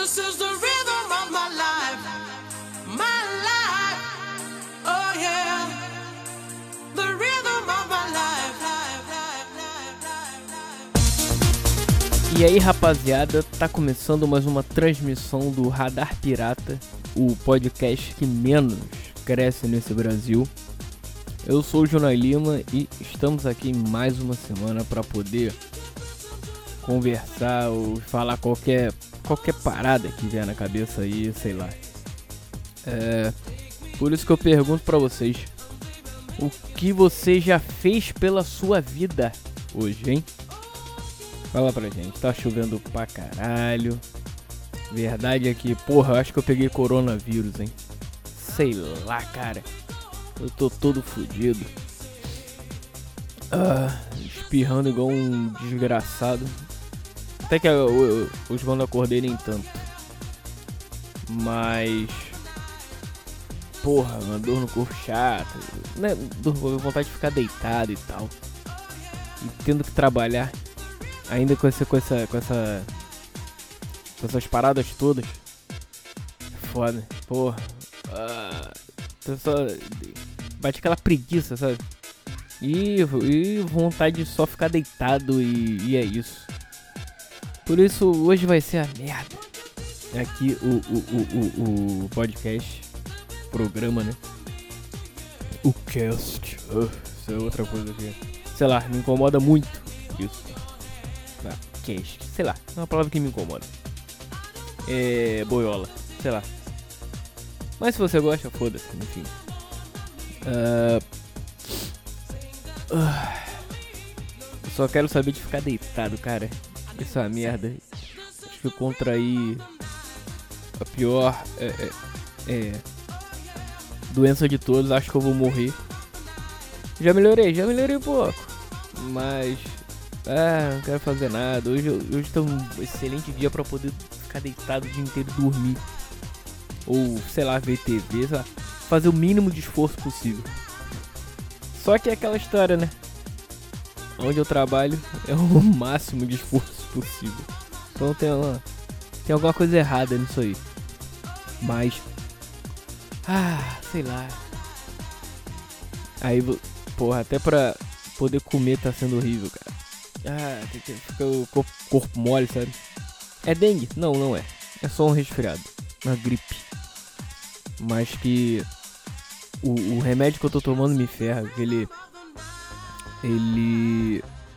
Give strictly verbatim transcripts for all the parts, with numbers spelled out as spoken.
This is the rhythm of my life, my life, oh yeah, the rhythm of my life, life, life, life, life. E aí, rapaziada, tá começando mais uma transmissão do Radar Pirata, o podcast que menos cresce nesse Brasil. Eu sou o Junai Lima e estamos aqui em mais uma semana para poder conversar ou falar qualquer, qualquer parada que vier na cabeça aí, sei lá. É, por isso que eu pergunto pra vocês, o que você já fez pela sua vida hoje, hein? Fala pra gente, tá chovendo pra caralho. Verdade é que, porra, eu acho que eu peguei coronavírus, hein? Sei lá, cara. Eu tô todo fudido. Ah, espirrando igual um desgraçado. Até que hoje quando eu acordei nem tanto. Mas... porra, uma dor no corpo chata, né? Dor, vontade de ficar deitado e tal. E tendo que trabalhar. Ainda com essa, com essa, com essa... com essas paradas todas. Foda, porra. Ah, só... bate aquela preguiça, sabe? E, e vontade de só ficar deitado e, e é isso. Por isso hoje vai ser a merda. Aqui o, o, o, o, o podcast, programa, né? O cast. Oh, isso é outra coisa aqui. Sei lá, me incomoda muito isso. Ah, cast, sei lá, é uma palavra que me incomoda. É boiola, sei lá. Mas se você gosta, foda-se, enfim. Uh, uh, só quero saber de ficar deitado, cara. Isso é uma merda. Acho que eu contraí a pior é, é, é, doença de todos. Acho que eu vou morrer. Já melhorei, já melhorei um pouco. Mas ah, não quero fazer nada. Hoje, hoje tá um excelente dia pra poder ficar deitado o dia inteiro e dormir. Ou sei lá, ver T V, sei lá, fazer o mínimo de esforço possível. Só que é aquela história, né? Onde eu trabalho é o máximo de esforço possível. Então tem, uma, tem alguma coisa errada nisso aí. Mas... ah, sei lá. Aí, porra, até pra poder comer tá sendo horrível, cara. Ah, tem que ficar o corpo, corpo mole, sabe? É dengue? Não, não é. É só um resfriado. Uma gripe. Mas que... O, o remédio que eu tô tomando me ferra. Ele... Ele...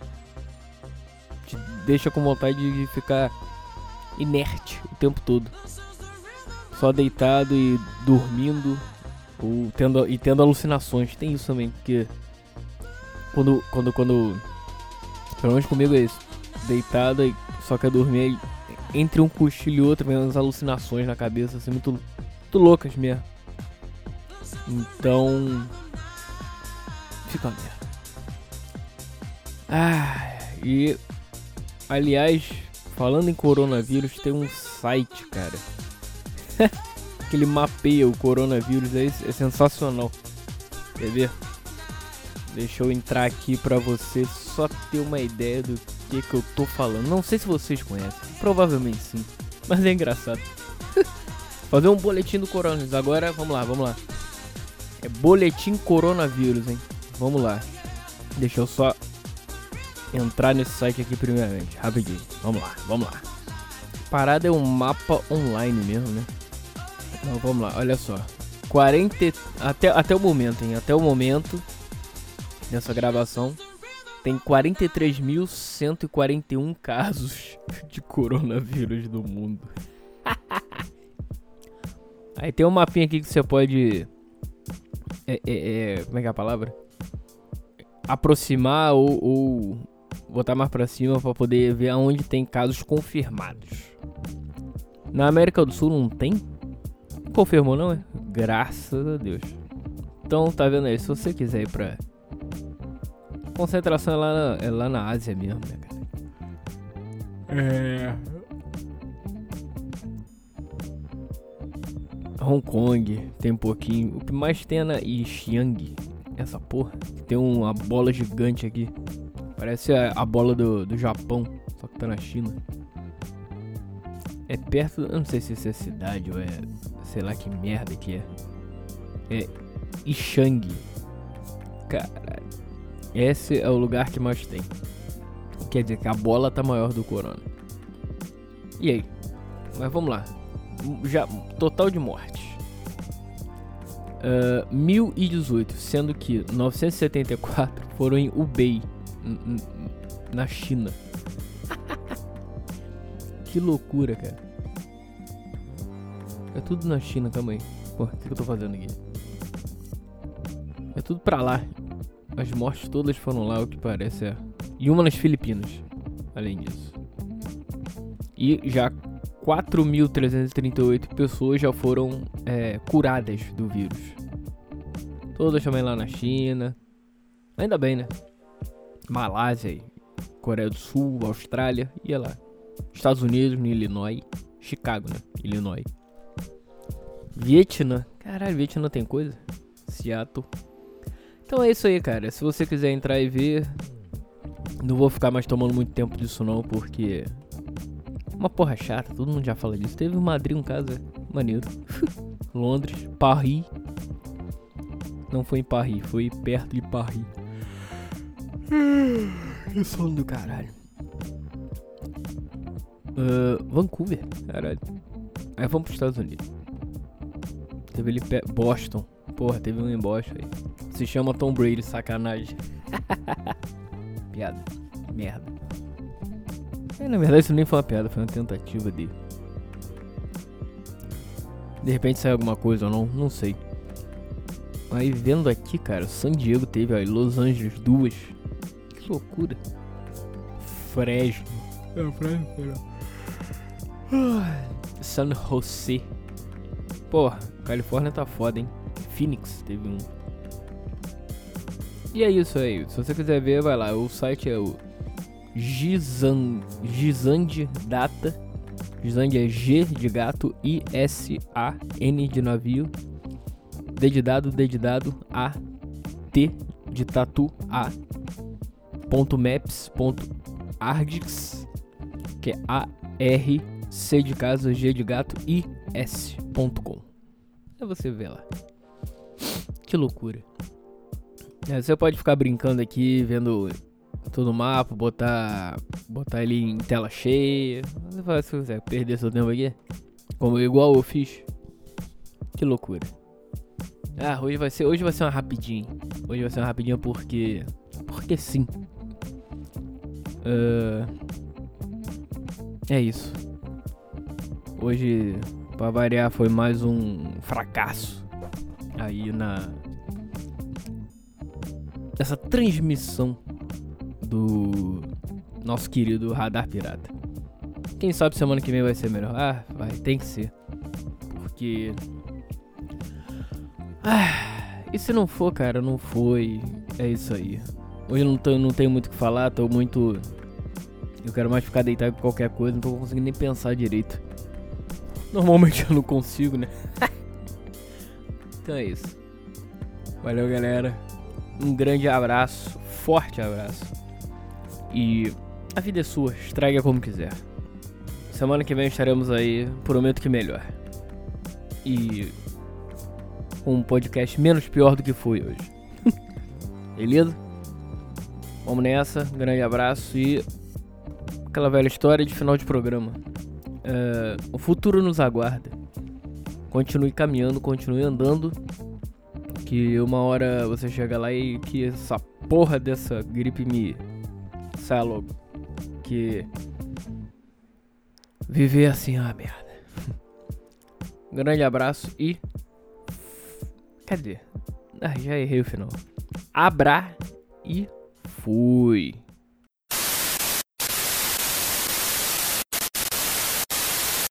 te deixa com vontade de ficar inerte o tempo todo. Só deitado e dormindo. Ou tendo, e tendo alucinações. Tem isso também, porque... Quando... Quando... quando pelo menos comigo é isso. Deitado e só quer dormir. Entre um cochilo e outro vem umas alucinações na cabeça. Assim, muito, muito loucas mesmo. Então... fica uma merda. Ah, e... aliás, falando em coronavírus, tem um site, cara. Que ele mapeia o coronavírus, é, é sensacional. Quer ver? Deixa eu entrar aqui pra você só ter uma ideia do que que eu tô falando. Não sei se vocês conhecem, provavelmente sim, mas é engraçado. Fazer um boletim do coronavírus. Agora, vamos lá, vamos lá. É boletim coronavírus, hein? Vamos lá. Deixa eu só entrar nesse site aqui primeiramente, rapidinho. Vamos lá, vamos lá. A parada é um mapa online mesmo, né? Então vamos lá, olha só. quarenta até, até o momento, hein? Até o momento dessa gravação tem quarenta e três mil cento e quarenta e um casos de coronavírus no mundo. Aí tem um mapinha aqui que você pode... É, é, é, como é que é a palavra? Aproximar ou, ou botar mais pra cima pra poder ver aonde tem casos confirmados. Na América do Sul não tem? Não confirmou não, é? Graças a Deus. Então tá vendo aí, se você quiser ir pra... concentração é lá na, é lá na Ásia mesmo, né, cara? É... Hong Kong tem um pouquinho. O que mais tem é na Xi'an, essa porra. Tem uma bola gigante aqui. Parece a, a bola do, do Japão, só que tá na China. É perto, eu não sei se isso é cidade ou é, sei lá que merda que é. É Ixang. Caralho. Esse é o lugar que mais tem. Quer dizer que a bola tá maior do corona. E aí? Mas vamos lá. Já, total de mortes. Uh, mil e dezoito, sendo que novecentos e setenta e quatro foram em Hubei, na China. Que loucura, cara. É tudo na China, calma aí. Pô, o que eu tô fazendo aqui? É tudo pra lá. As mortes todas foram lá, o que parece é. E uma nas Filipinas, além disso. E já quatro mil trezentas e trinta e oito pessoas já foram é, curadas do vírus. Todas também lá na China. Ainda bem, né? Malásia, Coreia do Sul, Austrália, ia lá. Estados Unidos, no Illinois. Chicago, né? Illinois. Vietnã. Caralho, Vietnã tem coisa? Seattle. Então é isso aí, cara. Se você quiser entrar e ver, não vou ficar mais tomando muito tempo disso não, porque uma porra chata, todo mundo já fala disso. Teve em Madrid um caso maneiro. Londres, Paris. Não foi em Paris, foi perto de Paris. Que sono do caralho. Uh, Vancouver, caralho. Aí vamos pros Estados Unidos. Teve ali pe- Boston. Porra, teve um em Boston aí. Se chama Tom Brady, sacanagem. Piada. Merda. É, na verdade isso nem foi uma piada, foi uma tentativa de... De repente saiu alguma coisa ou não, não sei. Aí vendo aqui, cara, San Diego teve, aí Los Angeles duas. Que loucura. Fresno. É, Fresno, San Jose. Porra, Califórnia tá foda, hein. Phoenix teve um. E é isso aí. Se você quiser ver, vai lá. O site é o Gizan, Gizand Data. Gizand é G de gato, I S A N de navio, D de dado, D de dado, A, T de tatu, A, ponto maps, ponto ardix, que é A R C de casa, G de gato, I S ponto com. É você ver lá. Que loucura. É, você pode ficar brincando aqui, vendo todo o mapa, botar botar ele em tela cheia. Você faz, se você quiser perder seu tempo aqui, como igual eu fiz. Que loucura. Ah, hoje vai ser, hoje vai ser uma rapidinha. Hoje vai ser uma rapidinha porque porque sim. Uh, é isso. Hoje, pra variar, foi mais um fracasso aí na essa transmissão do nosso querido Radar Pirata. Quem sabe semana que vem vai ser melhor. Ah, vai, tem que ser. Porque ah, e se não for, cara, não foi. É isso aí. Hoje eu não, tô, não tenho muito o que falar, tô muito... Eu quero mais ficar deitado com qualquer coisa, não tô conseguindo nem pensar direito. Normalmente eu não consigo, né? Então é isso. Valeu, galera. Um grande abraço, forte abraço. E a vida é sua, estraga como quiser. Semana que vem estaremos aí, prometo que melhor. E um podcast menos pior do que foi hoje. Beleza? Vamos nessa, um grande abraço e aquela velha história de final de programa. Uh, o futuro nos aguarda. Continue caminhando, continue andando, que uma hora você chega lá e que essa porra dessa gripe me saia logo. Que viver assim é uma merda. Um grande abraço e... Cadê? Ah, já errei o final. Abra e fui.